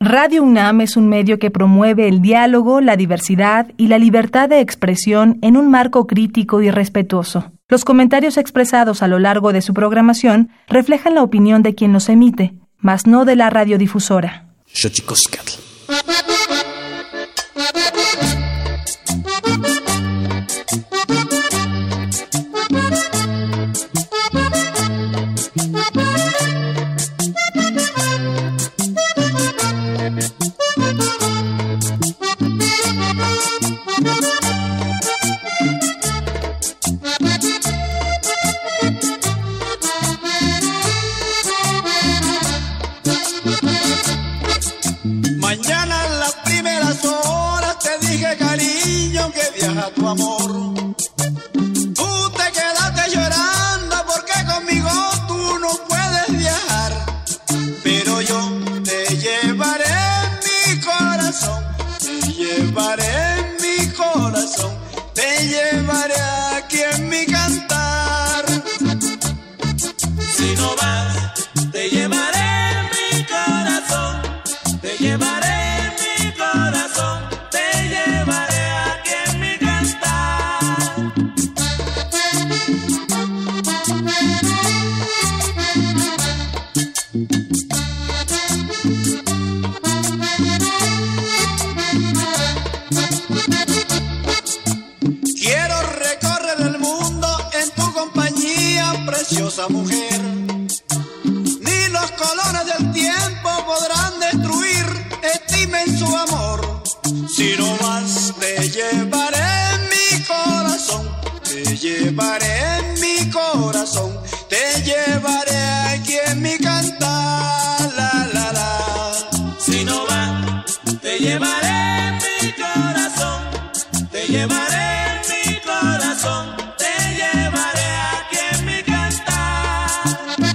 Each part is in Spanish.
Radio UNAM es un medio que promueve el diálogo, la diversidad y la libertad de expresión en un marco crítico y respetuoso. Los comentarios expresados a lo largo de su programación reflejan la opinión de quien los emite, mas no de la radiodifusora. Xochicóscatl. Mañana en las primeras horas te dije, cariño, que viaja tu amor. Tú te quedaste llorando porque conmigo tú no puedes viajar. Pero yo te llevaré en mi corazón, te llevaré en mi corazón, te llevaré aquí en mi cantar. Si no vas, te llevaré en mi corazón, te llevaré en mi corazón, te llevaré aquí en mi cantar. Quiero recorrer el mundo en tu compañía, preciosa mujer. Ni los colores del tiempo podrán destruir este inmenso amor. Si no vas, te llevaré en mi corazón, te llevaré en mi corazón, te llevaré aquí en mi cantar. La, la, la. Si no vas, te llevaré en mi corazón, te llevaré en mi corazón, te llevaré aquí en mi cantar.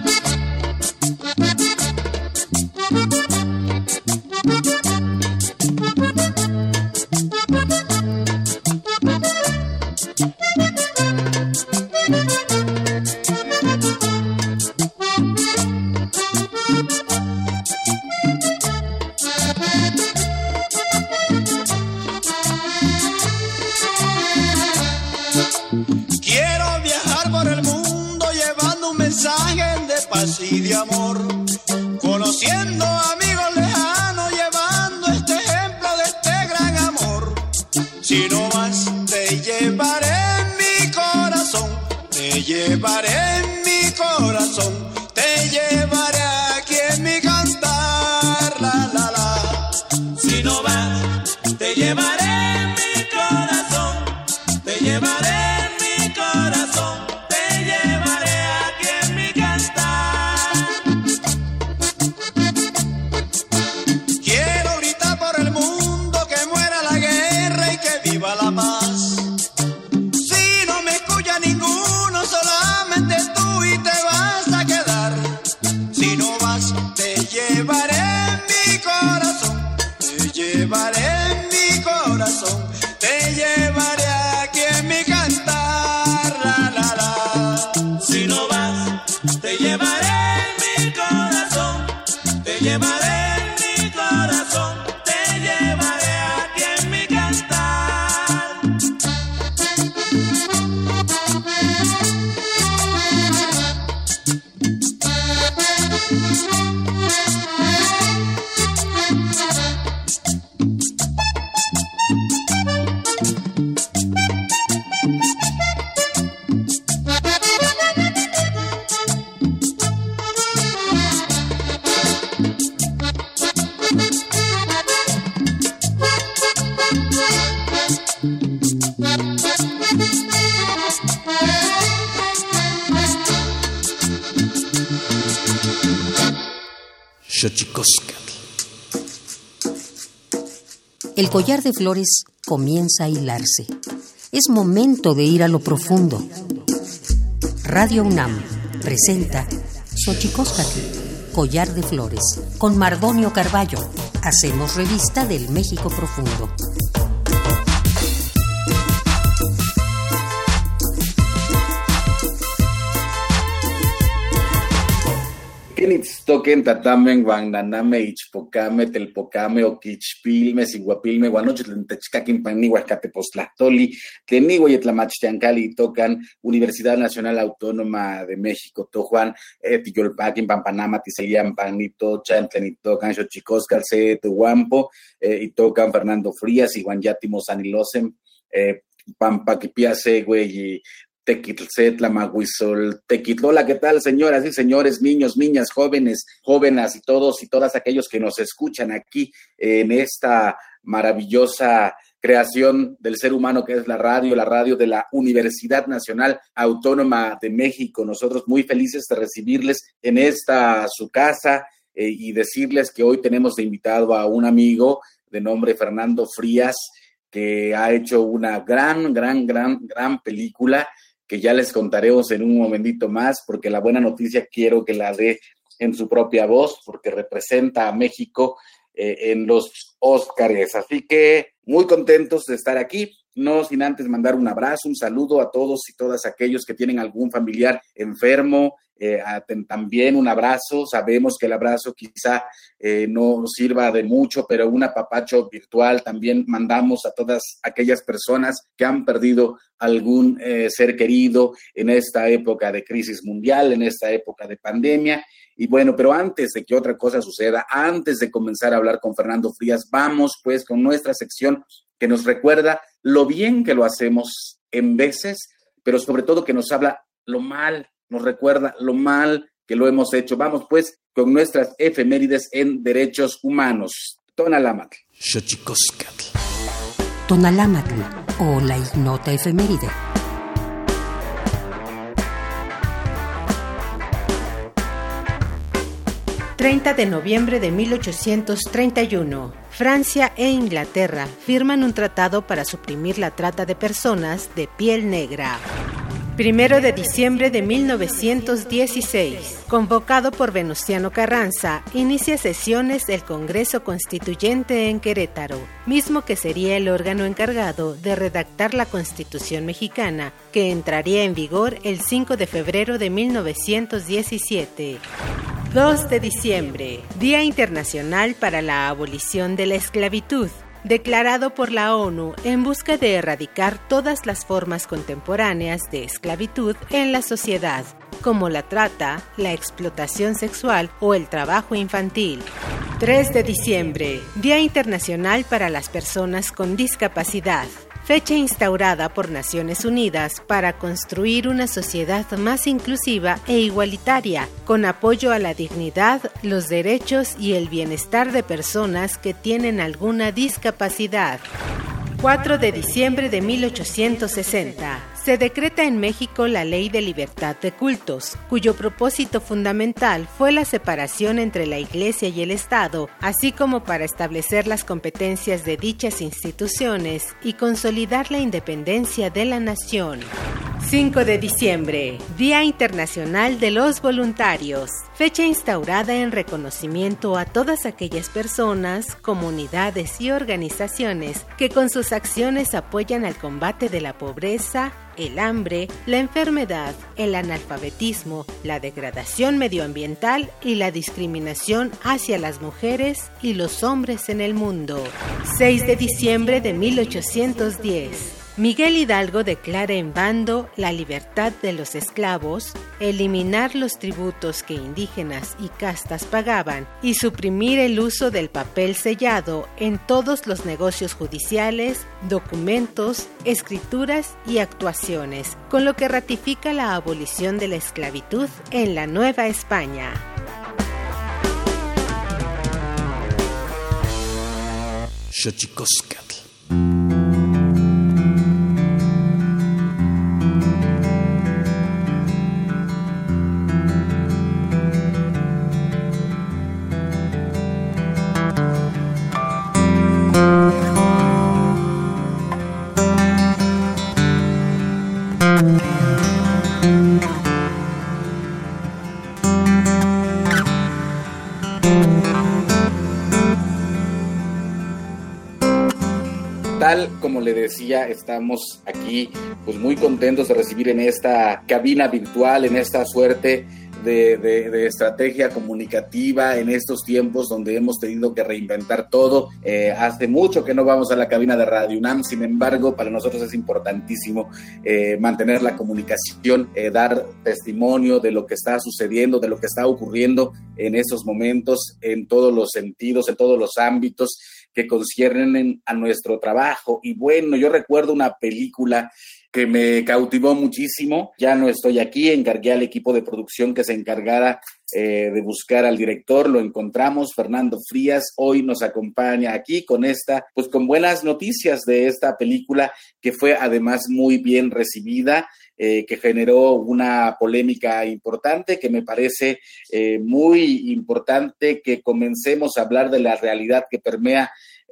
Quiero viajar por el mundo llevando un mensaje de paz y de amor, conociendo amigos lejanos, llevando este ejemplo de este gran amor. Si no vas, te llevaré en mi corazón, te llevaré en mi corazón, te llevaré aquí en mi cantar. La, la, la. Si no vas, te llevaré en mi corazón, te llevaré en mi corazón, te llevaré aquí en mi cantar. Quiero gritar por el mundo que muera la guerra y que viva la paz. Si no me escucha ninguno, solamente tú y te vas a quedar. Si no vas, te llevaré en mi corazón, te llevaré en mi corazón, te llevaré aquí en mi cantar. La, la, la. Si no vas, te llevaré en mi corazón, te llevaré en mi corazón, te llevaré aquí en mi cantar. Xochicóscatl. El collar de flores comienza a hilarse. Es momento de ir a lo profundo. Radio UNAM presenta Xochicóscatl, collar de flores, con Mardonio Carballo. Hacemos revista del México profundo. Quinitztoquen tatamen guananame ichpocame telpocame oquichpilme siguapilme guanochitl techcaquimpanni huascatepoztlastoli tlenigua yetlamachtiancali tocan Universidad Nacional Autónoma de México tojuan tiyolpaquin pampanama tiseliampan nitocha tlenitocan xochicoscal se tuhuampo y tocan Fernando Frías y Guanyatimo Sanilosem pampaquipiase güey Tequitlcetla, Maguizol, Tequitlola, ¿qué tal, señoras y señores, niños, niñas, jóvenes, jóvenes y todos y todas aquellos que nos escuchan aquí en esta maravillosa creación del ser humano que es la radio de la Universidad Nacional Autónoma de México? Nosotros muy felices de recibirles en esta su casa y decirles que hoy tenemos de invitado a un amigo de nombre Fernando Frías, que ha hecho una gran película que ya les contaremos en un momentito más, porque la buena noticia quiero que la dé en su propia voz, porque representa a México en los Óscares. Así que muy contentos de estar aquí, no sin antes mandar un abrazo, un saludo a todos y todas aquellos que tienen algún familiar enfermo. También un abrazo, sabemos que el abrazo quizá no sirva de mucho, pero un apapacho virtual también mandamos a todas aquellas personas que han perdido algún ser querido en esta época de crisis mundial, en esta época de pandemia. Y bueno, pero antes de que otra cosa suceda, antes de comenzar a hablar con Fernando Frías, vamos pues con nuestra sección que nos recuerda lo bien que lo hacemos en veces, pero sobre todo que nos habla lo mal, nos recuerda lo mal que lo hemos hecho. Vamos pues con nuestras efemérides en derechos humanos. Tonalámatl. Xochicóscatl. Tonalámatl o la ignota efeméride. 30 de noviembre de 1831, Francia e Inglaterra firman un tratado para suprimir la trata de personas de piel negra. 1 de diciembre de 1916, convocado por Venustiano Carranza, inicia sesiones el Congreso Constituyente en Querétaro, mismo que sería el órgano encargado de redactar la Constitución mexicana, que entraría en vigor el 5 de febrero de 1917. 2 de diciembre, Día Internacional para la Abolición de la Esclavitud, declarado por la ONU en busca de erradicar todas las formas contemporáneas de esclavitud en la sociedad, como la trata, la explotación sexual o el trabajo infantil. 3 de diciembre, Día Internacional para las Personas con Discapacidad, fecha instaurada por Naciones Unidas para construir una sociedad más inclusiva e igualitaria, con apoyo a la dignidad, los derechos y el bienestar de personas que tienen alguna discapacidad. 4 de diciembre de 1860. Se decreta en México la Ley de Libertad de Cultos, cuyo propósito fundamental fue la separación entre la Iglesia y el Estado, así como para establecer las competencias de dichas instituciones y consolidar la independencia de la nación. 5 de diciembre, Día Internacional de los Voluntarios, fecha instaurada en reconocimiento a todas aquellas personas, comunidades y organizaciones que con sus acciones apoyan al combate de la pobreza, el hambre, la enfermedad, el analfabetismo, la degradación medioambiental y la discriminación hacia las mujeres y los hombres en el mundo. 6 de diciembre de 1810. Miguel Hidalgo declara en bando la libertad de los esclavos, eliminar los tributos que indígenas y castas pagaban y suprimir el uso del papel sellado en todos los negocios judiciales, documentos, escrituras y actuaciones, con lo que ratifica la abolición de la esclavitud en la Nueva España. Xochicóscatl. Tal como le decía, estamos aquí pues muy contentos de recibir en esta cabina virtual, en esta suerte de estrategia comunicativa en estos tiempos donde hemos tenido que reinventar todo. Hace mucho que no vamos a la cabina de Radio UNAM, sin embargo, para nosotros es importantísimo mantener la comunicación, dar testimonio de lo que está sucediendo, de lo que está ocurriendo en esos momentos, en todos los sentidos, en todos los ámbitos que conciernen a nuestro trabajo. Y bueno, yo recuerdo una película que me cautivó muchísimo. Ya no estoy aquí, encargué al equipo de producción que se encargara de buscar al director, lo encontramos, Fernando Frías, hoy nos acompaña aquí con con buenas noticias de esta película que fue además muy bien recibida, que generó una polémica importante, que me parece muy importante que comencemos a hablar de la realidad que permea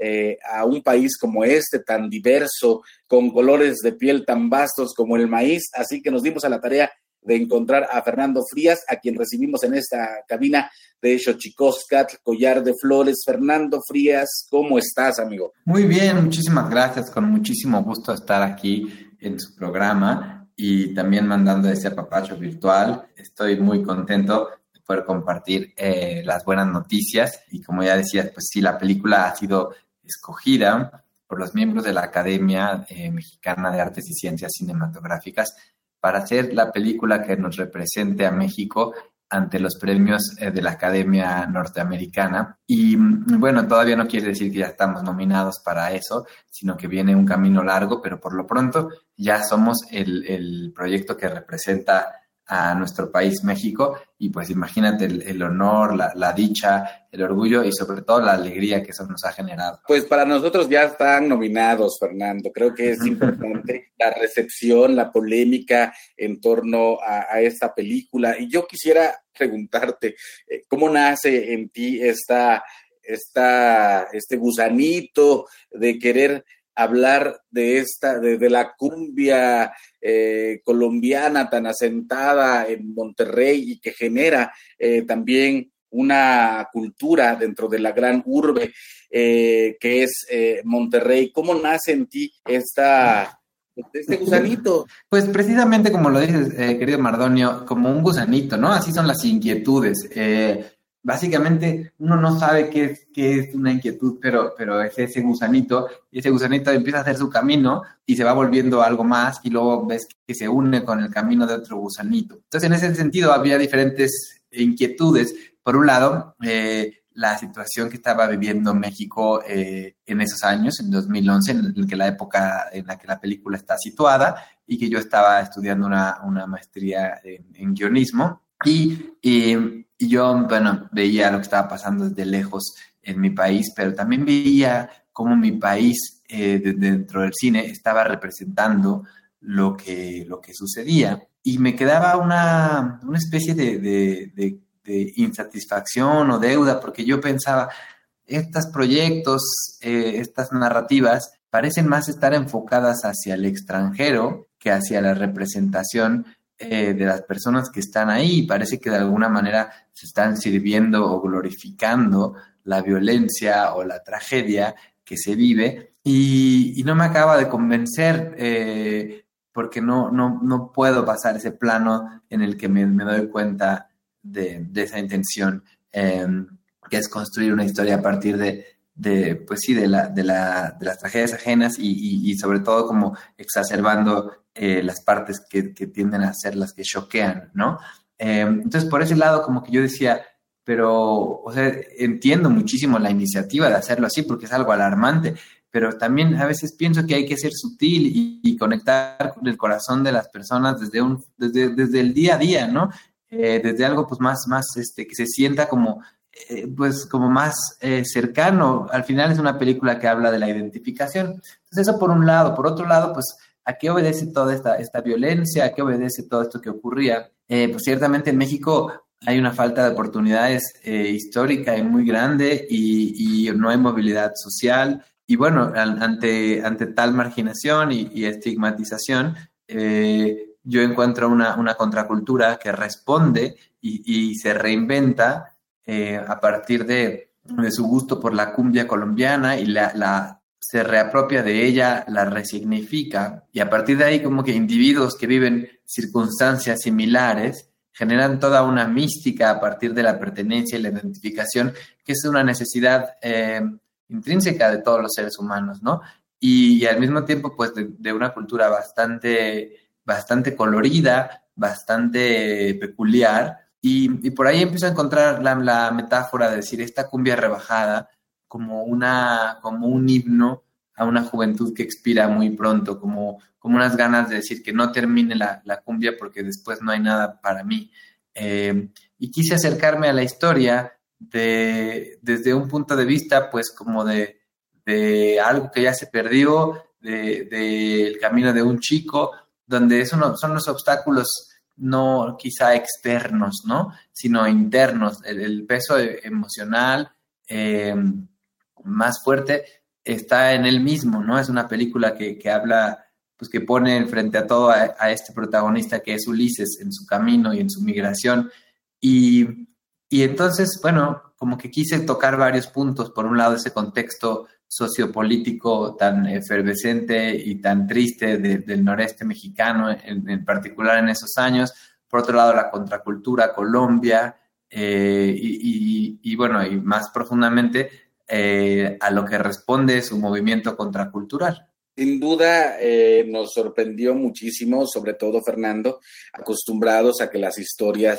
a un país como este, tan diverso, con colores de piel tan vastos como el maíz. Así que nos dimos a la tarea de encontrar a Fernando Frías, a quien recibimos en esta cabina de Xochicóscatl, Collar de Flores. Fernando Frías, ¿cómo estás, amigo? Muy bien, muchísimas gracias, con muchísimo gusto estar aquí en su programa y también mandando ese apapacho virtual. Estoy muy contento de poder compartir las buenas noticias y, como ya decías, pues sí, la película ha sido escogida por los miembros de la Academia Mexicana de Artes y Ciencias Cinematográficas para hacer la película que nos represente a México ante los premios de la Academia Norteamericana. Y bueno, todavía no quiere decir que ya estamos nominados para eso, sino que viene un camino largo, pero por lo pronto ya somos el proyecto que representa a nuestro país, México, y pues imagínate el honor, la dicha, el orgullo y sobre todo la alegría que eso nos ha generado. Pues para nosotros ya están nominados, Fernando. Creo que es importante la recepción, la polémica en torno a esta película. Y yo quisiera preguntarte, ¿cómo nace en ti este gusanito de querer hablar de la cumbia colombiana tan asentada en Monterrey y que genera también una cultura dentro de la gran urbe que es Monterrey? ¿Cómo nace en ti este gusanito? Pues precisamente como lo dices, querido Mardonio, como un gusanito, ¿no? Así son las inquietudes. Básicamente uno no sabe qué es una inquietud, pero es ese gusanito, y ese gusanito empieza a hacer su camino y se va volviendo algo más, y luego ves que se une con el camino de otro gusanito. Entonces, en ese sentido, había diferentes inquietudes. Por un lado, la situación que estaba viviendo México en esos años, en 2011, en la época en la que la película está situada, y que yo estaba estudiando una maestría en guionismo, y yo, bueno, veía lo que estaba pasando desde lejos en mi país, pero también veía cómo mi país, dentro del cine, estaba representando lo que sucedía. Y me quedaba una especie de insatisfacción o deuda, porque yo pensaba, estos proyectos, estas narrativas, parecen más estar enfocadas hacia el extranjero que hacia la representación de las personas que están ahí. Parece que de alguna manera se están sirviendo o glorificando la violencia o la tragedia que se vive, y no me acaba de convencer, porque no puedo pasar ese plano en el que me doy cuenta de esa intención, que es construir una historia a partir de las tragedias ajenas y sobre todo como exacerbando las partes que tienden a ser las que choquean, ¿no? Entonces, por ese lado, como que yo decía, pero, o sea, entiendo muchísimo la iniciativa de hacerlo así porque es algo alarmante, pero también a veces pienso que hay que ser sutil y conectar con el corazón de las personas desde el día a día, ¿no? Desde algo pues más que se sienta como más cercano. Al final es una película que habla de la identificación. Entonces, eso por un lado. Por otro lado, pues, ¿a qué obedece toda esta violencia? ¿A qué obedece todo esto que ocurría? Pues ciertamente en México hay una falta de oportunidades histórica y muy grande, y no hay movilidad social. Y bueno, ante tal marginación y estigmatización, yo encuentro una contracultura que responde y se reinventa a partir de su gusto por la cumbia colombiana, y se reapropia de ella, la resignifica, y a partir de ahí como que individuos que viven circunstancias similares generan toda una mística a partir de la pertenencia y la identificación, que es una necesidad intrínseca de todos los seres humanos, ¿no? Y al mismo tiempo, pues, de una cultura bastante colorida, bastante peculiar, y por ahí empiezo a encontrar la metáfora de decir esta cumbia rebajada como un himno a una juventud que expira muy pronto, como unas ganas de decir que no termine la cumbia porque después no hay nada para mí. Y quise acercarme a la historia desde un punto de vista, pues, como de algo que ya se perdió, del camino de un chico, donde son los obstáculos no quizá externos, ¿no? Sino internos. El peso emocional más fuerte está en él mismo, ¿no? Es una película que habla, pues, que pone frente a todo a este protagonista que es Ulises en su camino y en su migración. Y entonces, bueno, como que quise tocar varios puntos. Por un lado, ese contexto sociopolítico tan efervescente y tan triste del noreste mexicano, en particular en esos años. Por otro lado, la contracultura, Colombia, y bueno, y más profundamente, a lo que responde su movimiento contracultural. Sin duda nos sorprendió muchísimo, sobre todo Fernando, acostumbrados a que las historias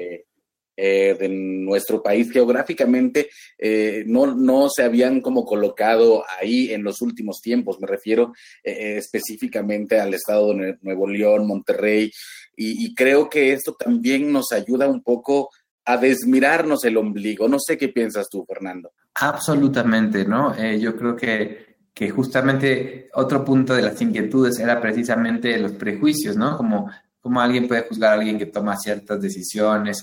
de nuestro país geográficamente no se habían como colocado ahí en los últimos tiempos. Me refiero específicamente al estado de Nuevo León, Monterrey, y creo que esto también nos ayuda un poco a desmirarnos el ombligo. No sé qué piensas tú, Fernando. Absolutamente, ¿no? Yo creo que justamente otro punto de las inquietudes era precisamente los prejuicios, ¿no? Como alguien puede juzgar a alguien que toma ciertas decisiones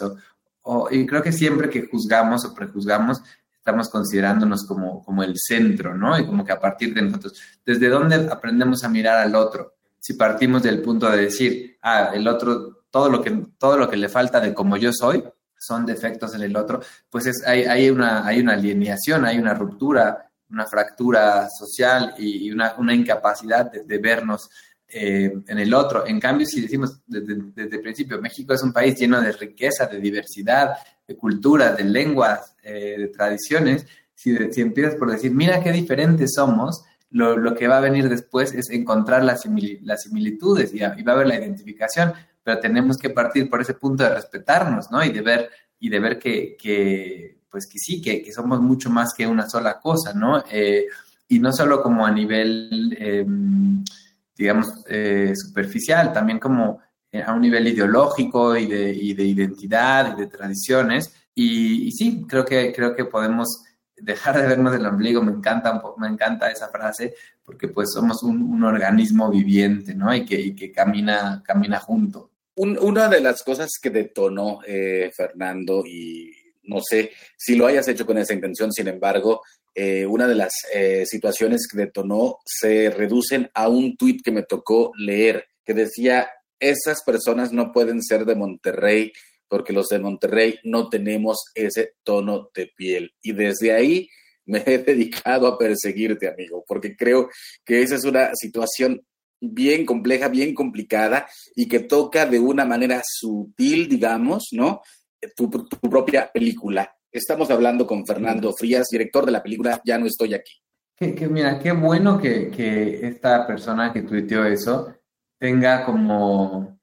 y creo que siempre que juzgamos o prejuzgamos estamos considerándonos como el centro, ¿no? Y como que a partir de nosotros, ¿desde dónde aprendemos a mirar al otro? Si partimos del punto de decir, el otro, todo lo que le falta de como yo soy, son defectos en el otro, pues hay una alienación, hay una ruptura, una fractura social y una incapacidad de vernos en el otro. En cambio, si decimos desde el principio, México es un país lleno de riqueza, de diversidad, de culturas, de lenguas, de tradiciones, si empiezas por decir, mira qué diferentes somos, lo que va a venir después es encontrar las similitudes y va a haber la identificación, pero tenemos que partir por ese punto de respetarnos, ¿no? Y de ver que pues que sí, que somos mucho más que una sola cosa, ¿no? Y no solo como a nivel, digamos, superficial, también como a un nivel ideológico y de identidad y de tradiciones. Y sí, creo que podemos dejar de vernos del ombligo. Me encanta esa frase, porque pues somos un organismo viviente, ¿no? Y que camina junto. Una de las cosas que detonó Fernando, y no sé si lo hayas hecho con esa intención, sin embargo, una de las situaciones que detonó se reducen a un tuit que me tocó leer, que decía, esas personas no pueden ser de Monterrey porque los de Monterrey no tenemos ese tono de piel. Y desde ahí me he dedicado a perseguirte, amigo, porque creo que esa es una situación bien compleja, bien complicada, y que toca de una manera sutil, digamos, ¿no? Tu propia película. Estamos hablando con Fernando Frías, director de la película Ya no estoy aquí. Mira, qué bueno que esta persona que tuiteó eso tenga como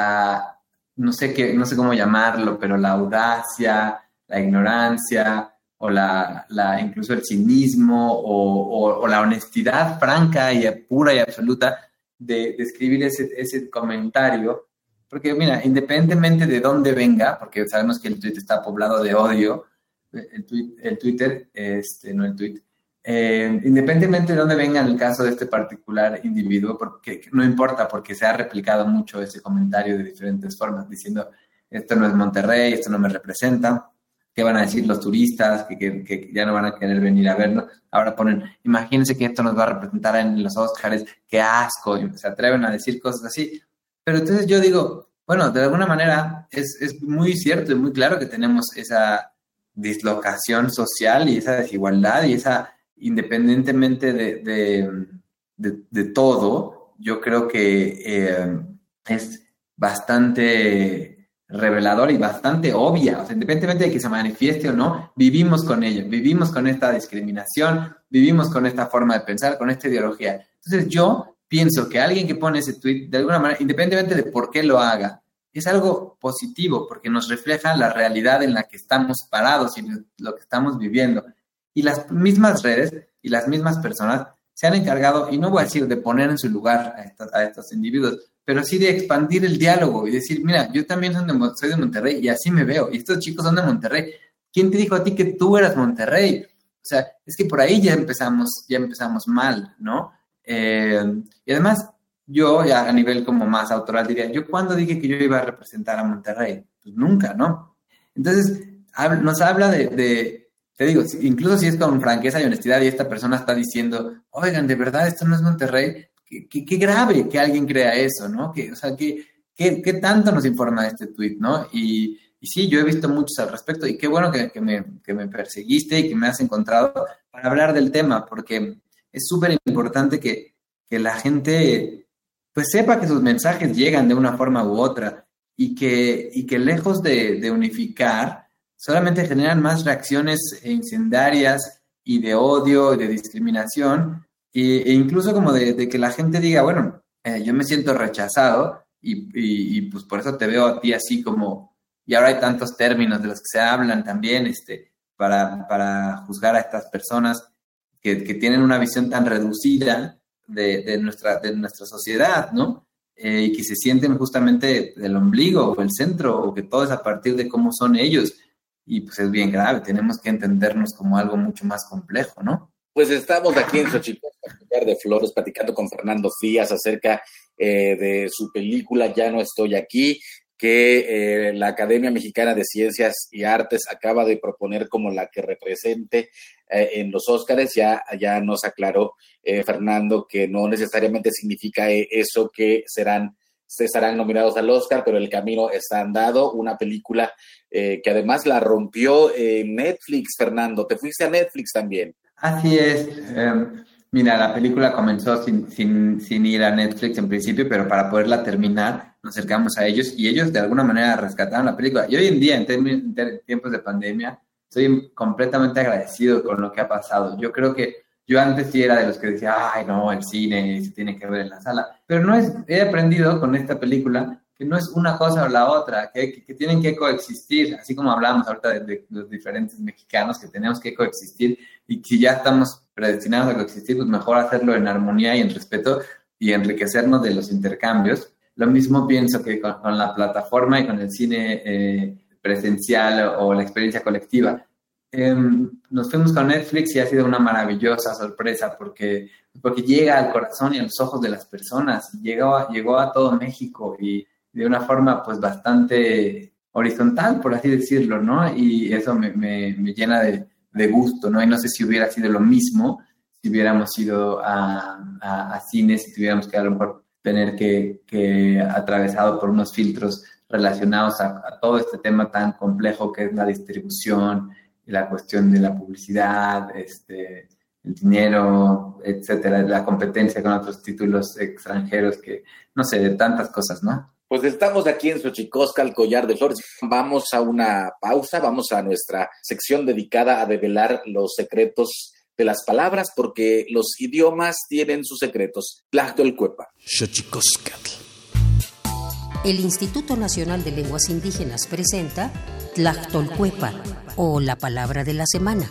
no sé cómo llamarlo, pero la audacia, la ignorancia, o incluso el cinismo, o la honestidad franca y pura y absoluta de escribir ese comentario. Porque, mira, independientemente de dónde venga, porque sabemos que el tweet está poblado de odio, el Twitter, no el tweet, independientemente de dónde venga en el caso de este particular individuo, porque no importa, porque se ha replicado mucho ese comentario de diferentes formas, diciendo, esto no es Monterrey, esto no me representa, ¿qué van a decir los turistas? Que ya no van a querer venir a vernos. Ahora ponen, imagínense que esto nos va a representar en los Óscares, qué asco, y se atreven a decir cosas así. Pero entonces yo digo, bueno, de alguna manera es muy cierto y muy claro que tenemos esa dislocación social y esa desigualdad y esa, independientemente de todo, yo creo que es bastante reveladora y bastante obvia. O sea, independientemente de que se manifieste o no, vivimos con ello, vivimos con esta discriminación, vivimos con esta forma de pensar, con esta ideología. Entonces yo pienso que alguien que pone ese tweet, de alguna manera, independientemente de por qué lo haga, es algo positivo porque nos refleja la realidad en la que estamos parados y lo que estamos viviendo. Y las mismas redes y las mismas personas se han encargado, y no voy a decir de poner en su lugar a estos individuos, pero sí de expandir el diálogo y decir, mira, yo también soy de Monterrey y así me veo, y estos chicos son de Monterrey. ¿Quién te dijo a ti que tú eras Monterrey? O sea, es que por ahí ya empezamos mal, ¿no? Y además, yo ya a nivel como más autoral diría, ¿yo cuándo dije que yo iba a representar a Monterrey? Pues nunca, ¿no? Entonces, nos habla te digo, incluso si es con franqueza y honestidad y esta persona está diciendo, oigan, de verdad, esto no es Monterrey, qué grave que alguien crea eso, ¿no? ¿Qué tanto nos informa este tuit, ¿no? Y sí, yo he visto muchos al respecto y qué bueno que me perseguiste y que me has encontrado para hablar del tema, porque es súper importante que la gente pues sepa que sus mensajes llegan de una forma u otra y que lejos de unificar, solamente generan más reacciones incendiarias y de odio y de discriminación e incluso como de que la gente diga, bueno, yo me siento rechazado y pues por eso te veo a ti así como, y ahora hay tantos términos de los que se hablan también para juzgar a estas personas que tienen una visión tan reducida de nuestra sociedad, ¿no? Y que se sienten justamente del ombligo o el centro o que todo es a partir de cómo son ellos. Y pues es bien grave, tenemos que entendernos como algo mucho más complejo, ¿no? Pues estamos aquí en Xochicóscatl, Collar de Flores, platicando con Fernando Frías acerca de su película Ya no estoy aquí, que la Academia Mexicana de Ciencias y Artes acaba de proponer como la que represente en los Óscares. Ya nos aclaró Fernando que no necesariamente significa eso que se estarán nominados al Oscar, pero el camino está andado. Una película que además la rompió Netflix, Fernando. ¿Te fuiste a Netflix también? Así es. Mira, la película comenzó sin ir a Netflix en principio, pero para poderla terminar nos acercamos a ellos y ellos de alguna manera rescataron la película. Y hoy en día, en tiempos de pandemia, estoy completamente agradecido con lo que ha pasado. Yo creo que yo antes sí era de los que decía, ay, no, el cine se tiene que ver en la sala. Pero he aprendido con esta película que no es una cosa o la otra, que tienen que coexistir, así como hablábamos ahorita de los diferentes mexicanos, que tenemos que coexistir y que ya estamos predestinados a coexistir, pues mejor hacerlo en armonía y en respeto y enriquecernos de los intercambios. Lo mismo pienso que con la plataforma y con el cine presencial o la experiencia colectiva. Nos fuimos con Netflix y ha sido una maravillosa sorpresa porque llega al corazón y a los ojos de las personas, llegó a todo México y de una forma pues bastante horizontal, por así decirlo, ¿no? Y eso me llena de gusto, ¿no? Y no sé si hubiera sido lo mismo si hubiéramos ido a cines, si tuviéramos que a lo mejor tener que atravesado por unos filtros relacionados a todo este tema tan complejo que es la distribución y la cuestión de la publicidad, el dinero, etcétera, la competencia con otros títulos extranjeros, que no sé, de tantas cosas, ¿no? Pues estamos aquí en Xochicóscatl, Collar de Flores. Vamos a una pausa, vamos a nuestra sección dedicada a develar los secretos de las palabras, porque los idiomas tienen sus secretos. Tlachtolcuepa. Xochicóscatl. El Instituto Nacional de Lenguas Indígenas presenta Tlachtolcuepa, o la palabra de la semana.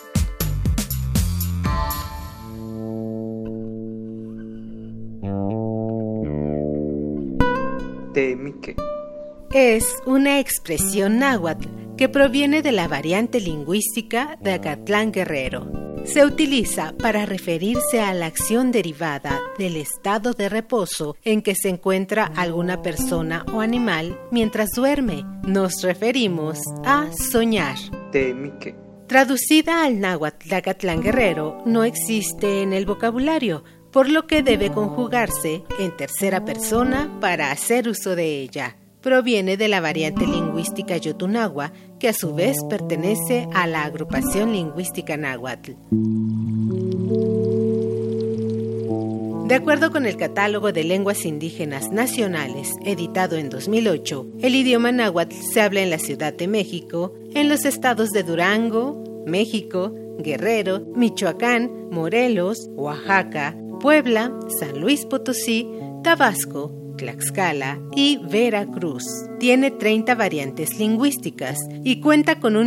Temique. Es una expresión náhuatl que proviene de la variante lingüística de Acatlán Guerrero. Se utiliza para referirse a la acción derivada del estado de reposo en que se encuentra alguna persona o animal mientras duerme. Nos referimos a soñar. Temique. Traducida al náhuatl de Acatlán Guerrero, no existe en el vocabulario, por lo que debe conjugarse en tercera persona para hacer uso de ella. Proviene de la variante lingüística yotunagua, que a su vez pertenece a la agrupación lingüística náhuatl. De acuerdo con el Catálogo de Lenguas Indígenas Nacionales, editado en 2008, el idioma náhuatl se habla en la Ciudad de México, en los estados de Durango, México, Guerrero, Michoacán, Morelos, Oaxaca, Puebla, San Luis Potosí, Tabasco, Tlaxcala y Veracruz. Tiene 30 variantes lingüísticas y cuenta con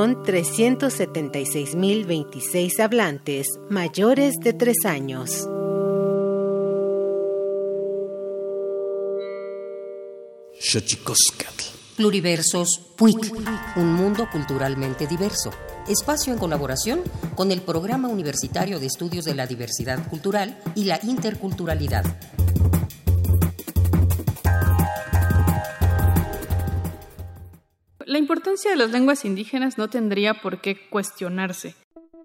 1.376.026 hablantes mayores de 3 años. Xochicóscatl. Pluriversos PUIC, un mundo culturalmente diverso. Espacio en colaboración con el Programa Universitario de Estudios de la Diversidad Cultural y la Interculturalidad. La importancia de las lenguas indígenas no tendría por qué cuestionarse.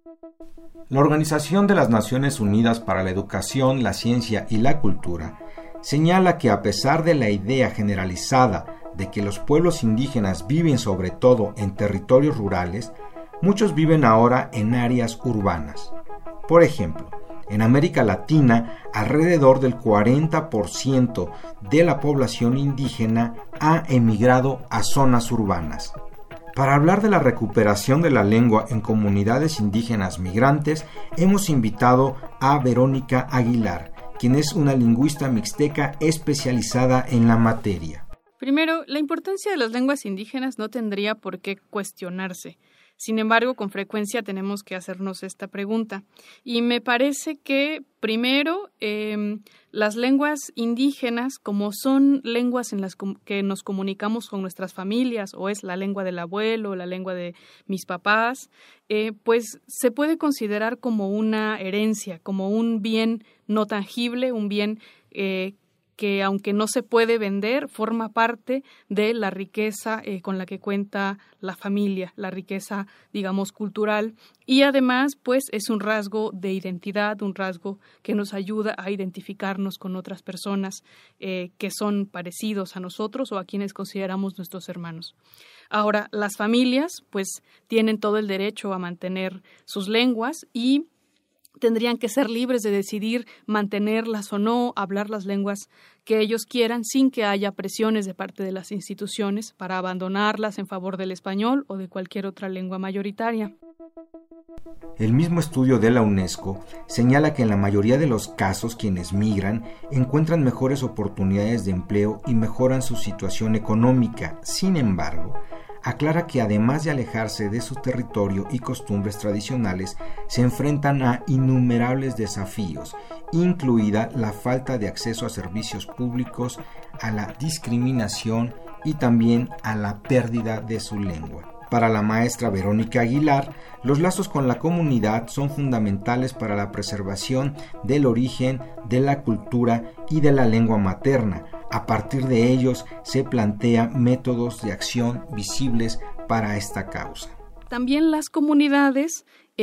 La Organización de las Naciones Unidas para la Educación, la Ciencia y la Cultura señala que a pesar de la idea generalizada de que los pueblos indígenas viven sobre todo en territorios rurales, muchos viven ahora en áreas urbanas. Por ejemplo, en América Latina, alrededor del 40% de la población indígena ha emigrado a zonas urbanas. Para hablar de la recuperación de la lengua en comunidades indígenas migrantes, hemos invitado a Verónica Aguilar, quien es una lingüista mixteca especializada en la materia. Primero, la importancia de las lenguas indígenas no tendría por qué cuestionarse. Sin embargo, con frecuencia tenemos que hacernos esta pregunta. Y me parece que, primero, las lenguas indígenas, como son lenguas en las que nos comunicamos con nuestras familias, o es la lengua del abuelo, la lengua de mis papás, pues se puede considerar como una herencia, como un bien no tangible, un bien que aunque no se puede vender, forma parte de la riqueza con la que cuenta la familia, la riqueza, digamos, cultural. Y además, pues, es un rasgo de identidad, un rasgo que nos ayuda a identificarnos con otras personas que son parecidos a nosotros o a quienes consideramos nuestros hermanos. Ahora, las familias, pues, tienen todo el derecho a mantener sus lenguas y tendrían que ser libres de decidir mantenerlas o no, hablar las lenguas que ellos quieran sin que haya presiones de parte de las instituciones para abandonarlas en favor del español o de cualquier otra lengua mayoritaria. El mismo estudio de la UNESCO señala que en la mayoría de los casos quienes migran encuentran mejores oportunidades de empleo y mejoran su situación económica. Sin embargo, aclara que además de alejarse de su territorio y costumbres tradicionales, se enfrentan a innumerables desafíos, incluida la falta de acceso a servicios públicos, a la discriminación y también a la pérdida de su lengua. Para la maestra Verónica Aguilar, los lazos con la comunidad son fundamentales para la preservación del origen, de la cultura y de la lengua materna. A partir de ellos se plantean métodos de acción visibles para esta causa. También las comunidades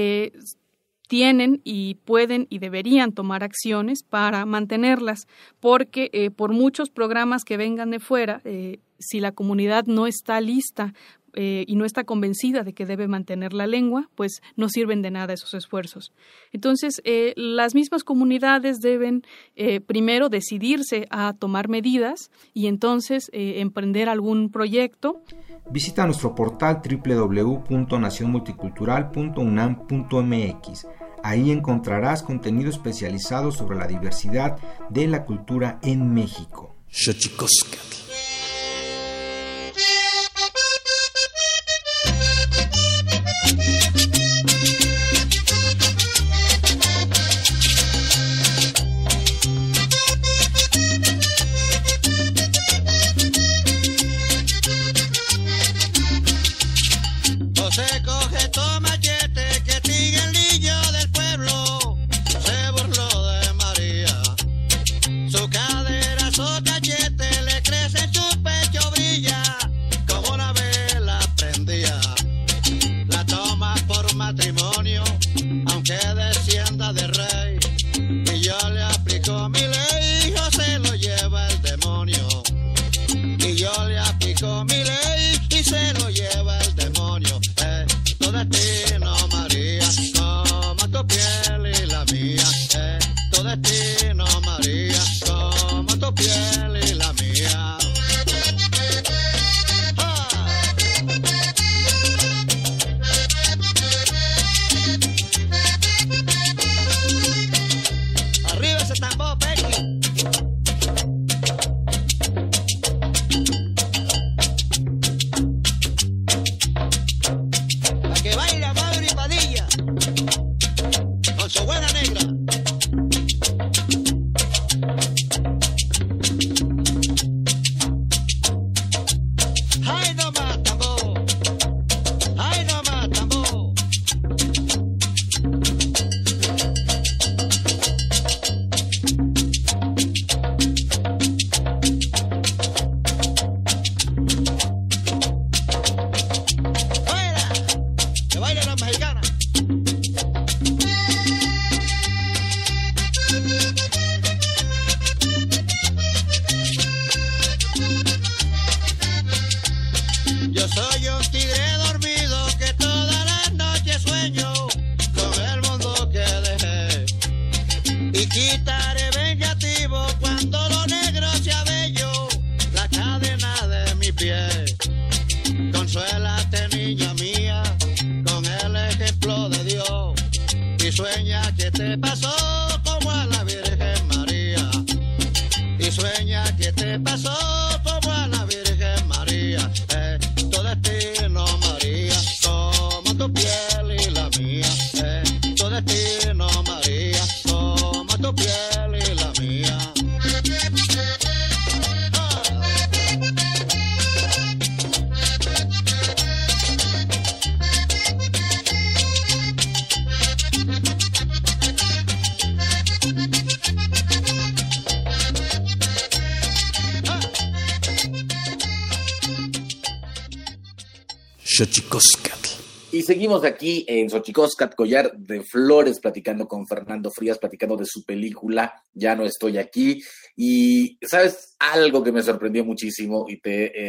tienen y pueden y deberían tomar acciones para mantenerlas, porque por muchos programas que vengan de fuera, si la comunidad no está lista y no está convencida de que debe mantener la lengua, pues no sirven de nada esos esfuerzos. Entonces, las mismas comunidades deben primero decidirse a tomar medidas y entonces emprender algún proyecto. Visita nuestro portal www.nacionmulticultural.unam.mx. Ahí encontrarás contenido especializado sobre la diversidad de la cultura en México. Xochicóscatl. Tu destino, María, tu destino, María. Nochebuena negra. Ay, no más tambor. Ay, no más tambor. ¡Fuera! ¡Que bailen las mexicanas! Yo soy un tigre dormido que todas las noches sueño con el mundo que dejé. Y quitaré vengativo cuando lo negro sea bello, la cadena de mi pie. Consuélate, niña mía, con el ejemplo de Dios. Y sueña que te pasó como a la Virgen María. Y sueña que te pasó como a la Virgen María. Tu destino, María, como tu piel y la mía. Tu destino, María, como tu piel y la mía. Xochicóscatl. Y seguimos aquí en Xochicóscatl, Collar de Flores, platicando con Fernando Frías, platicando de su película Ya no estoy aquí. Y, ¿sabes? Algo que me sorprendió muchísimo, y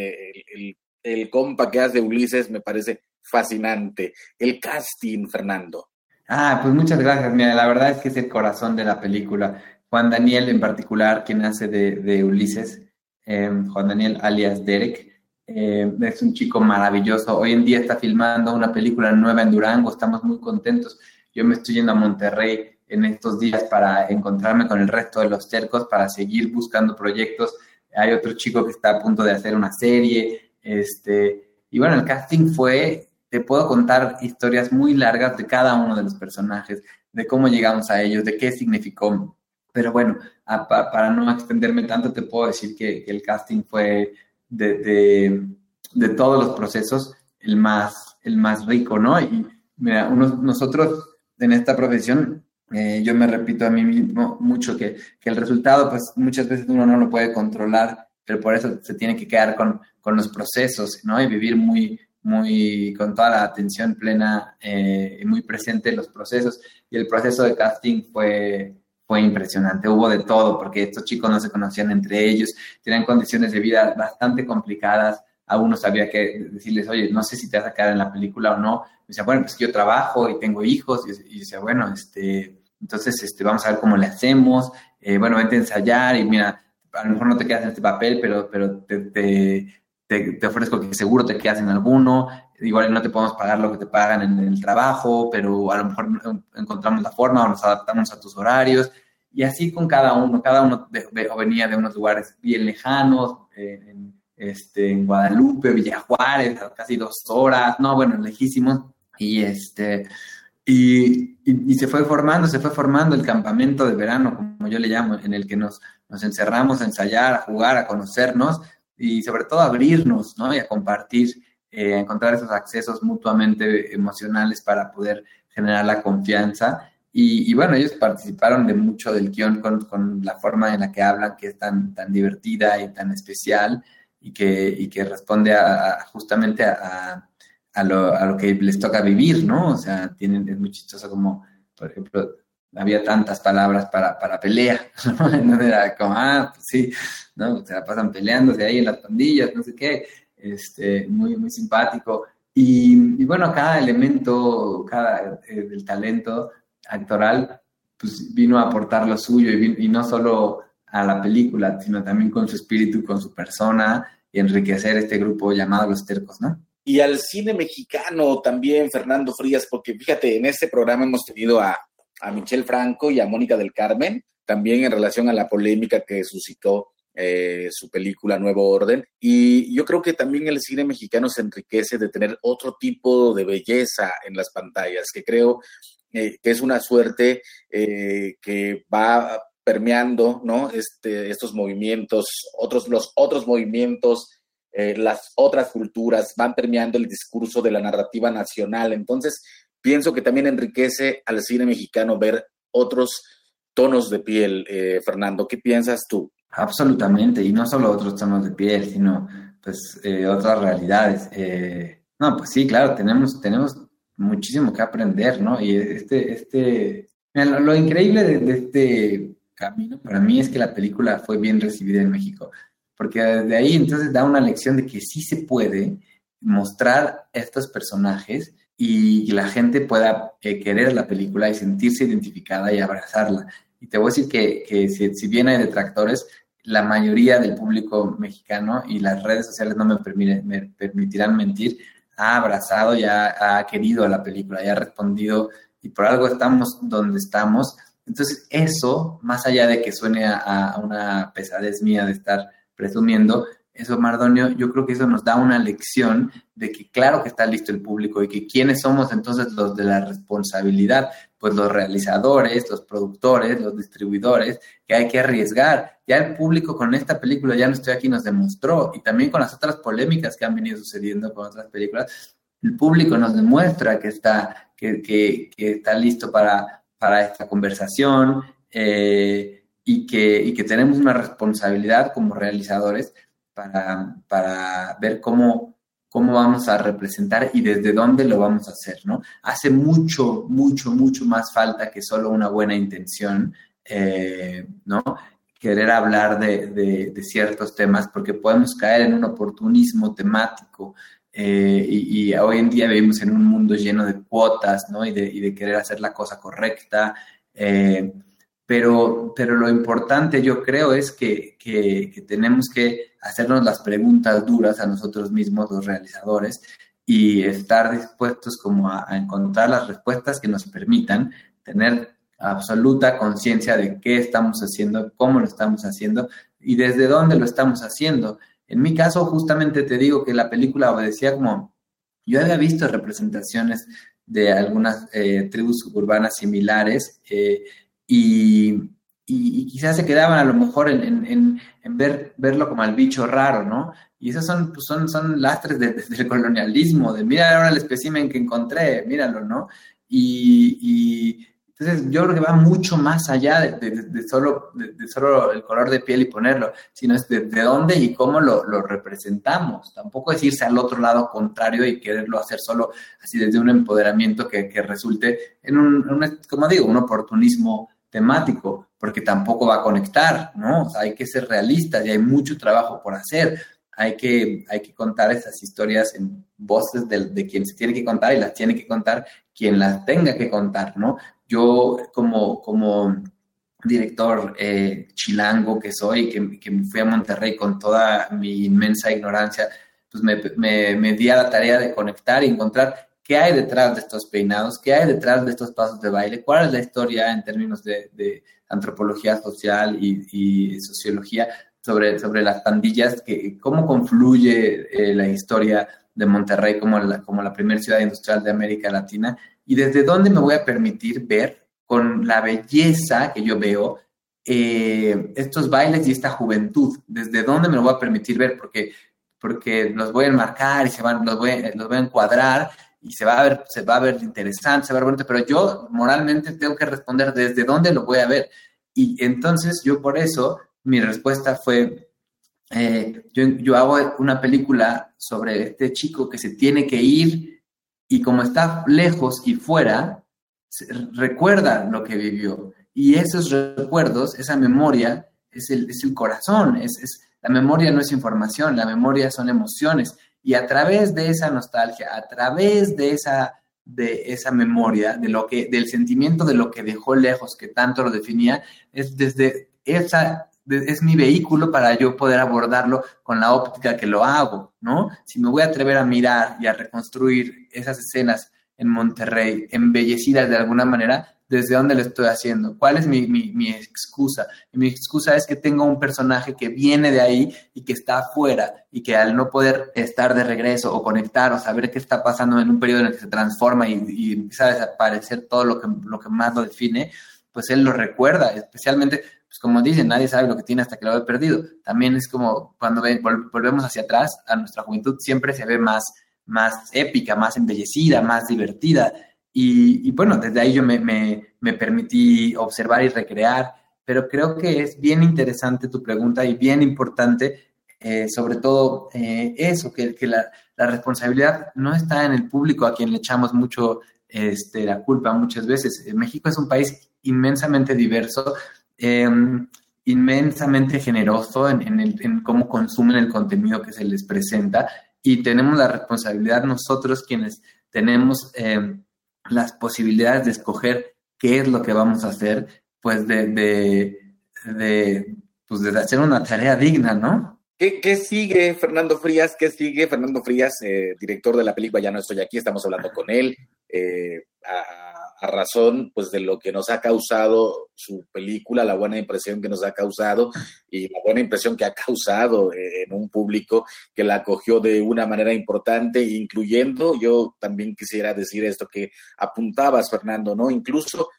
el compa que hace Ulises me parece fascinante. El casting, Fernando. Pues muchas gracias. Mira, la verdad es que es el corazón de la película. Juan Daniel en particular, quien hace de Ulises, Juan Daniel alias Derek, es un chico maravilloso. Hoy en día está filmando una película nueva en Durango, estamos muy contentos. Yo me estoy yendo a Monterrey en estos días para encontrarme con el resto de los tercos, para seguir buscando proyectos. Hay otro chico que está a punto de hacer una serie, y bueno, el casting te puedo contar historias muy largas de cada uno de los personajes, de cómo llegamos a ellos, de qué significó. Pero bueno, para no extenderme tanto, te puedo decir que el casting fue de todos los procesos el más rico, ¿no? Y mira, nosotros en esta profesión, yo me repito a mí mismo mucho que el resultado, pues muchas veces uno no lo puede controlar, pero por eso se tiene que quedar con los procesos, ¿no? Y vivir muy con toda la atención plena y muy presente en los procesos. Y el proceso de casting fue impresionante, hubo de todo, porque estos chicos no se conocían entre ellos, tenían condiciones de vida bastante complicadas. A uno había que decirles, oye, no sé si te vas a quedar en la película o no. Me decía, bueno, pues yo trabajo y tengo hijos, y decía, bueno, entonces vamos a ver cómo le hacemos, bueno, vente a ensayar, y mira, a lo mejor no te quedas en este papel, pero te ofrezco que seguro te quedas en alguno. Igual no te podemos pagar lo que te pagan en el trabajo, pero a lo mejor encontramos la forma o nos adaptamos a tus horarios. Y así con cada uno venía de unos lugares bien lejanos, en Guadalupe, Villa Juárez, casi 2 horas, no, bueno, lejísimos. Y se fue formando el campamento de verano, como yo le llamo, en el que nos encerramos a ensayar, a jugar, a conocernos y sobre todo a abrirnos, ¿no? Y a compartir, a encontrar esos accesos mutuamente emocionales para poder generar la confianza. Y bueno, ellos participaron de mucho del guión con la forma en la que hablan, que es tan divertida y tan especial, y que responde justamente a lo que les toca vivir, ¿no? O sea, es muy chistoso, como, por ejemplo, había tantas palabras para pelea, ¿no? Entonces era como, pues sí, ¿no? Se la pasan peleándose ahí en las pandillas, no sé qué, muy, muy simpático. Y bueno, cada elemento, del talento actoral, pues vino a aportar lo suyo, y no solo a la película, sino también con su espíritu, con su persona, y enriquecer este grupo llamado Los Tercos, ¿no? Y al cine mexicano también, Fernando Frías, porque fíjate, en este programa hemos tenido a Michelle Franco y a Mónica del Carmen, también en relación a la polémica que suscitó su película Nuevo Orden. Y yo creo que también el cine mexicano se enriquece de tener otro tipo de belleza en las pantallas, que creo que es una suerte que va permeando, ¿no? Estos movimientos, los otros movimientos, las otras culturas, van permeando el discurso de la narrativa nacional. Entonces, pienso que también enriquece al cine mexicano ver otros tonos de piel. Fernando, ¿qué piensas tú? Absolutamente, y no solo otros tonos de piel, sino pues otras realidades. No, pues sí, claro, tenemos muchísimo que aprender, ¿no? Y mira, lo increíble de este camino para mí es que la película fue bien recibida en México, porque desde ahí entonces da una lección de que sí se puede mostrar estos personajes y la gente pueda querer la película y sentirse identificada y abrazarla. Y te voy a decir que si bien hay detractores, la mayoría del público mexicano, y las redes sociales no me permitirán mentir, ha abrazado y ha querido a la película, y ha respondido, y por algo estamos donde estamos. Entonces eso, más allá de que suene a una pesadez mía de estar presumiendo, eso, Mardonio, yo creo que eso nos da una lección de que claro que está listo el público y que quiénes somos entonces los de la responsabilidad, pues los realizadores, los productores, los distribuidores, que hay que arriesgar. Ya el público con esta película, Ya no estoy aquí, nos demostró, y también con las otras polémicas que han venido sucediendo con otras películas, el público nos demuestra que está listo para esta conversación, y que tenemos una responsabilidad como realizadores para ver cómo vamos a representar y desde dónde lo vamos a hacer, ¿no? Hace mucho, mucho, mucho más falta que solo una buena intención, ¿no? Querer hablar de ciertos temas, porque podemos caer en un oportunismo temático, y hoy en día vivimos en un mundo lleno de cuotas, ¿no? Y de querer hacer la cosa correcta, pero lo importante, yo creo, es que tenemos que hacernos las preguntas duras a nosotros mismos, los realizadores, y estar dispuestos como a encontrar las respuestas que nos permitan tener absoluta conciencia de qué estamos haciendo, cómo lo estamos haciendo y desde dónde lo estamos haciendo. En mi caso, justamente te digo que la película obedecía como... Yo había visto representaciones de algunas tribus suburbanas similares, y quizás se quedaban a lo mejor en verlo como al bicho raro, ¿no? Y esos son lastres del colonialismo, de mira ahora el espécimen que encontré, míralo, ¿no? Y entonces yo creo que va mucho más allá de solo el color de piel y ponerlo, sino es de dónde y cómo lo representamos. Tampoco es irse al otro lado contrario y quererlo hacer solo así desde un empoderamiento que resulte en como digo, un oportunismo temático, porque tampoco va a conectar, ¿no? O sea, hay que ser realistas y hay mucho trabajo por hacer. Hay que contar esas historias en voces de quien se tiene que contar, y las tiene que contar quien las tenga que contar, ¿no? Yo, como director chilango que soy, que me fui a Monterrey con toda mi inmensa ignorancia, pues me di a la tarea de conectar y encontrar qué hay detrás de estos peinados, qué hay detrás de estos pasos de baile, cuál es la historia en términos de antropología social y sociología sobre las pandillas, cómo confluye la historia de Monterrey como la primera ciudad industrial de América Latina, y desde dónde me voy a permitir ver con la belleza que yo veo estos bailes y esta juventud, desde dónde me lo voy a permitir ver, porque los voy a enmarcar y los voy a encuadrar, y se va a ver interesante, se va a ver bonito, pero yo moralmente tengo que responder desde dónde lo voy a ver. Y entonces yo por eso, mi respuesta fue, yo hago una película sobre este chico que se tiene que ir, y como está lejos y fuera, recuerda lo que vivió. Y esos recuerdos, esa memoria, es el corazón. La memoria no es información, la memoria son emociones. Y a través de esa nostalgia, a través de esa memoria, del sentimiento de lo que dejó lejos, que tanto lo definía, es mi vehículo para yo poder abordarlo con la óptica que lo hago, ¿no? Si me voy a atrever a mirar y a reconstruir esas escenas en Monterrey, embellecidas de alguna manera, desde dónde lo estoy haciendo, cuál es mi excusa. Y mi excusa es que tengo un personaje que viene de ahí y que está afuera, y que al no poder estar de regreso o conectar o saber qué está pasando en un periodo en el que se transforma y empieza a desaparecer todo lo que más lo define, pues él lo recuerda, especialmente, pues como dicen, nadie sabe lo que tiene hasta que lo ha perdido. También es como cuando volvemos hacia atrás, a nuestra juventud siempre se ve más épica, más embellecida, más divertida. Y bueno, desde ahí yo me permití observar y recrear, pero creo que es bien interesante tu pregunta y bien importante, sobre todo eso, que la responsabilidad no está en el público a quien le echamos mucho la culpa muchas veces. México es un país inmensamente diverso, inmensamente generoso en cómo consumen el contenido que se les presenta, y tenemos la responsabilidad nosotros quienes tenemos las posibilidades de escoger qué es lo que vamos a hacer, pues de hacer una tarea digna, ¿no? ¿Qué sigue Fernando Frías? ¿Qué sigue Fernando Frías, director de la película Ya no estoy aquí? Estamos hablando con él a razón pues de lo que nos ha causado su película, la buena impresión que nos ha causado y la buena impresión que ha causado en un público que la acogió de una manera importante, incluyendo, yo también quisiera decir esto que apuntabas, Fernando, ¿no? Incluso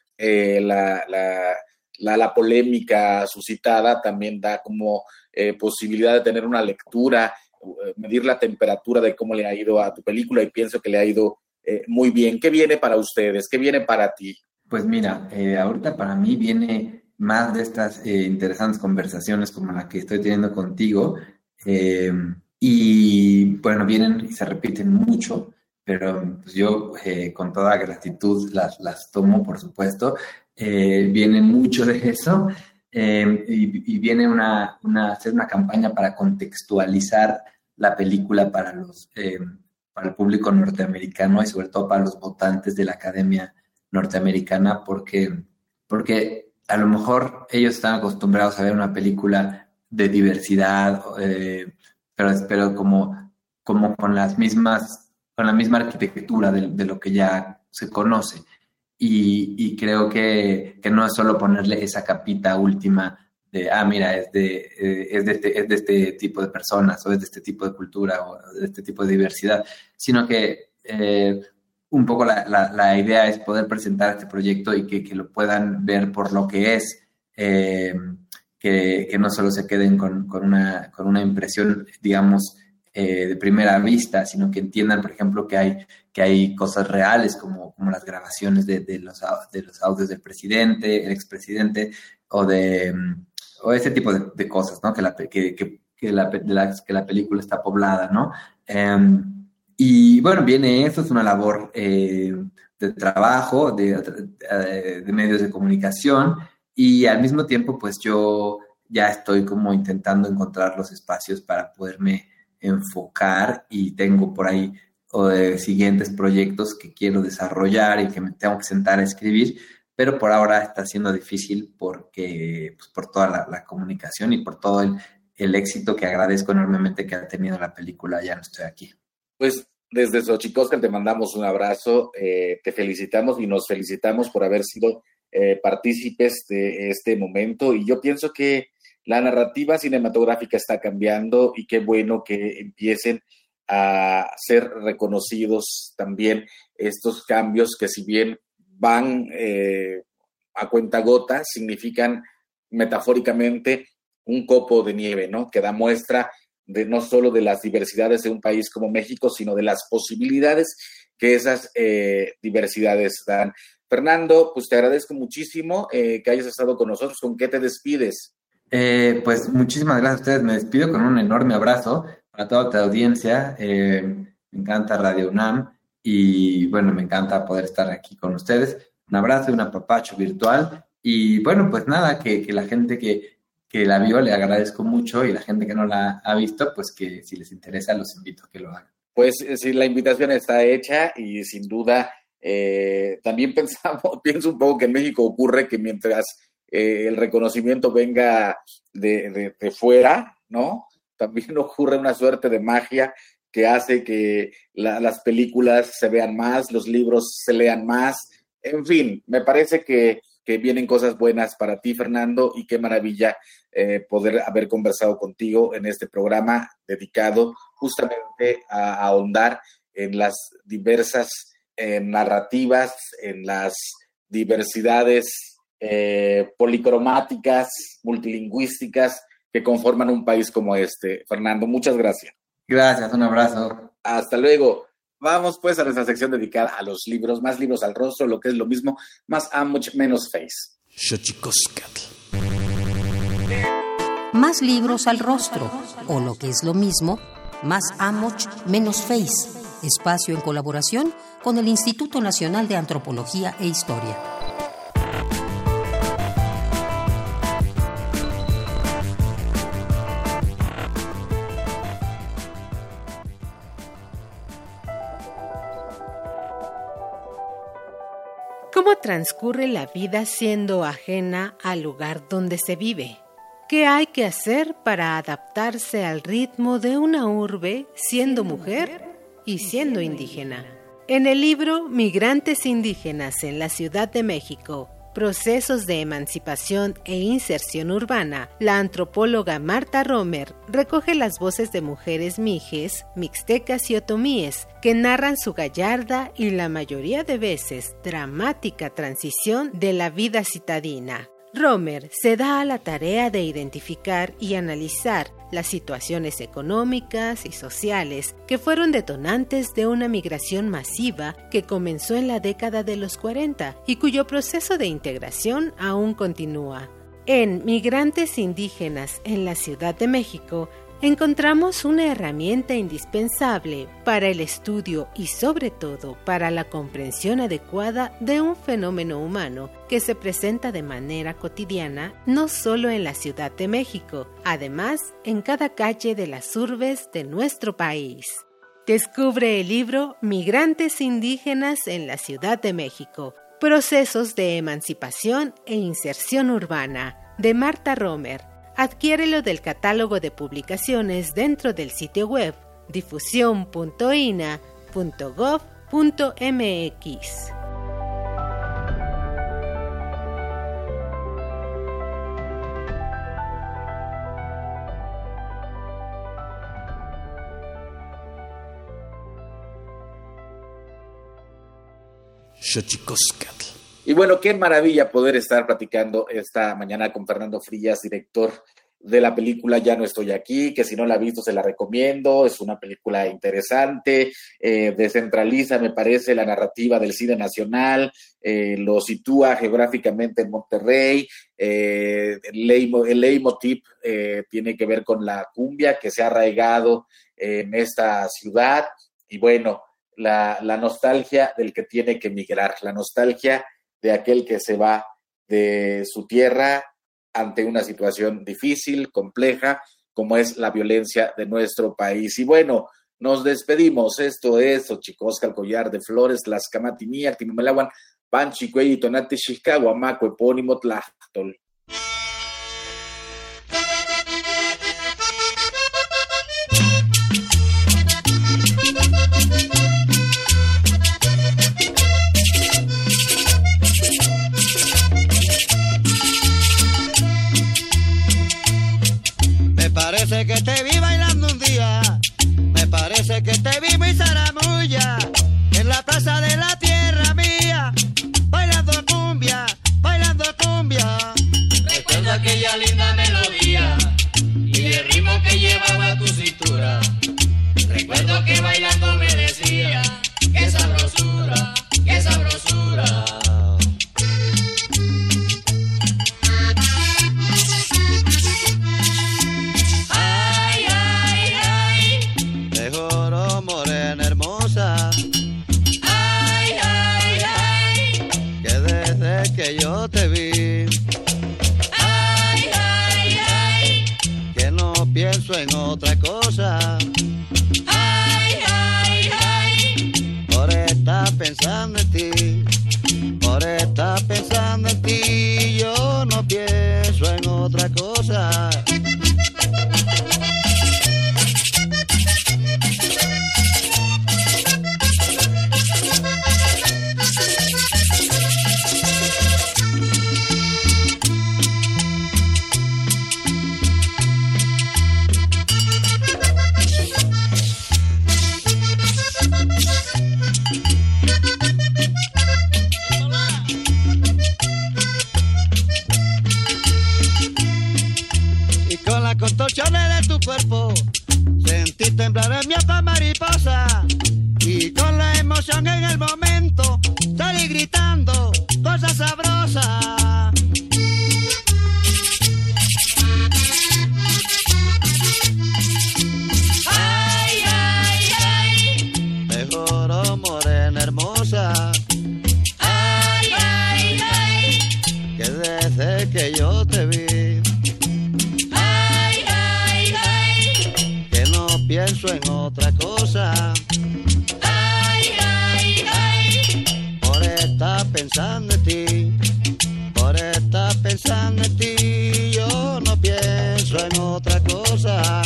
la polémica suscitada también da como posibilidad de tener una lectura, medir la temperatura de cómo le ha ido a tu película, y pienso que le ha ido muy bien. ¿Qué viene para ustedes? ¿Qué viene para ti? Pues mira, ahorita para mí viene más de estas interesantes conversaciones como la que estoy teniendo contigo, y bueno, vienen y se repiten mucho, pero pues yo con toda gratitud las tomo, por supuesto. Viene mucho de eso, y viene hacer una campaña para contextualizar la película para el público norteamericano y sobre todo para los votantes de la Academia Norteamericana, porque a lo mejor ellos están acostumbrados a ver una película de diversidad, pero como con la misma arquitectura de lo que ya se conoce. Y creo que no es solo ponerle esa capita última de, mira, es de este tipo de personas, o es de este tipo de cultura, o de este tipo de diversidad, sino que un poco la idea es poder presentar este proyecto y que lo puedan ver por lo que es, que no solo se queden con una impresión, digamos, de primera vista, sino que entiendan, por ejemplo, que hay cosas reales como las grabaciones de los audios del presidente, el expresidente, o ese tipo de cosas, ¿no? De las que la película está poblada, ¿no? Y bueno, viene eso, es una labor de trabajo, de medios de comunicación, y al mismo tiempo, pues yo ya estoy como intentando encontrar los espacios para poderme enfocar, y tengo por ahí siguientes proyectos que quiero desarrollar y que me tengo que sentar a escribir, pero por ahora está siendo difícil porque, pues, por toda la comunicación y por todo el éxito que agradezco enormemente que ha tenido la película Ya no estoy aquí. Pues desde Xochicóscatl te mandamos un abrazo, te felicitamos y nos felicitamos por haber sido partícipes de este momento, y yo pienso que la narrativa cinematográfica está cambiando, y qué bueno que empiecen a ser reconocidos también estos cambios que, si bien van a cuentagotas, significan metafóricamente un copo de nieve, ¿no? Que da muestra de no solo de las diversidades de un país como México, sino de las posibilidades que esas diversidades dan. Fernando, pues te agradezco muchísimo que hayas estado con nosotros. ¿Con qué te despides? Pues muchísimas gracias a ustedes. Me despido con un enorme abrazo para toda tu audiencia. Me encanta Radio UNAM y bueno, me encanta poder estar aquí con ustedes. Un abrazo y un apapacho virtual. Y bueno, pues nada, que la gente que la vio le agradezco mucho, y la gente que no la ha visto, pues que si les interesa los invito a que lo hagan. Pues sí, la invitación está hecha, y sin duda también pienso un poco que en México ocurre que mientras el reconocimiento venga de fuera, ¿no? También ocurre una suerte de magia que hace que las películas se vean más, los libros se lean más, En fin, me parece que vienen cosas buenas para ti, Fernando, y qué maravilla poder haber conversado contigo en este programa dedicado justamente a ahondar en las diversas narrativas, en las diversidades policromáticas, multilingüísticas que conforman un país como este. Fernando, muchas gracias. Gracias, un abrazo. Hasta luego. Vamos pues a nuestra sección dedicada a los libros, más libros al rostro, lo que es lo mismo, más Amoch, menos Face. Xochicóscatl. Más libros al rostro, o lo que es lo mismo, más Amoch, menos Face. Espacio en colaboración con el Instituto Nacional de Antropología e Historia. ¿Cómo transcurre la vida siendo ajena al lugar donde se vive? ¿Qué hay que hacer para adaptarse al ritmo de una urbe siendo mujer y siendo indígena? En el libro Migrantes indígenas en la Ciudad de México, procesos de emancipación e inserción urbana, la antropóloga Marta Romer recoge las voces de mujeres mijes, mixtecas y otomíes que narran su gallarda y la mayoría de veces dramática transición de la vida citadina. Romer se da a la tarea de identificar y analizar las situaciones económicas y sociales que fueron detonantes de una migración masiva que comenzó en la década de los 40 y cuyo proceso de integración aún continúa. En Migrantes indígenas en la Ciudad de México, encontramos una herramienta indispensable para el estudio y sobre todo para la comprensión adecuada de un fenómeno humano que se presenta de manera cotidiana no solo en la Ciudad de México, además en cada calle de las urbes de nuestro país. Descubre el libro Migrantes indígenas en la Ciudad de México, procesos de emancipación e inserción urbana, de Marta Romer. Adquiérelo del catálogo de publicaciones dentro del sitio web difusión.ina.gov.mx. Xochicóscatl. Y bueno, qué maravilla poder estar platicando esta mañana con Fernando Frías, director de la película Ya no estoy aquí, que si no la ha visto se la recomiendo. Es una película interesante, descentraliza, me parece, la narrativa del cine nacional, lo sitúa geográficamente en Monterrey. El leitmotiv tiene que ver con la cumbia que se ha arraigado en esta ciudad, y bueno, la nostalgia del que tiene que emigrar, la nostalgia de aquel que se va de su tierra ante una situación difícil, compleja, como es la violencia de nuestro país. Y bueno, nos despedimos. Esto es Xochicóscatl, Collar de Flores, Tlaxcamatiniac, Timumelahuan, Panchicuey, Tonate, Xixca, Huamaco, Epónimo, Tlachtol. Parece que te vi bailando un día, me parece que te vi muy zaramulla, en la plaza de la tierra mía, bailando cumbia, bailando cumbia. Recuerdo aquella linda melodía y el ritmo que llevaba tu cintura. Recuerdo que bailando me decía, qué sabrosura, qué sabrosura. Yo te vi, ay, ay, ay, que no pienso en otra cosa, ay, ay, ay, por estar pensando en ti, por estar pensando en ti, yo no pienso en otra cosa. contorsiones de tu cuerpo. Sentí temblar en mi hoja mariposa y con la emoción en el momento salí gritando cosas sabrosas. Ay, ay, ay. Mejoró morena hermosa. Ay, ay, ay. Que desde que yo te vi. Pienso en otra cosa. Ay, ay, ay. Por estar pensando en ti. Por estar pensando en ti. Yo no pienso en otra cosa.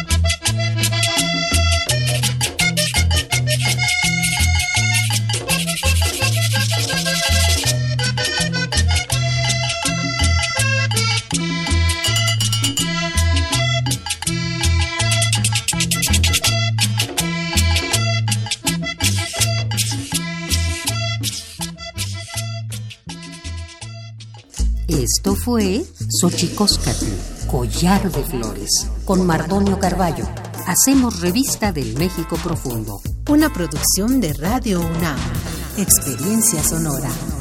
Esto fue Xochicóscatl, Collar de Flores, con Mardonio Carballo. Hacemos revista del México profundo. Una producción de Radio UNAM. Experiencia sonora.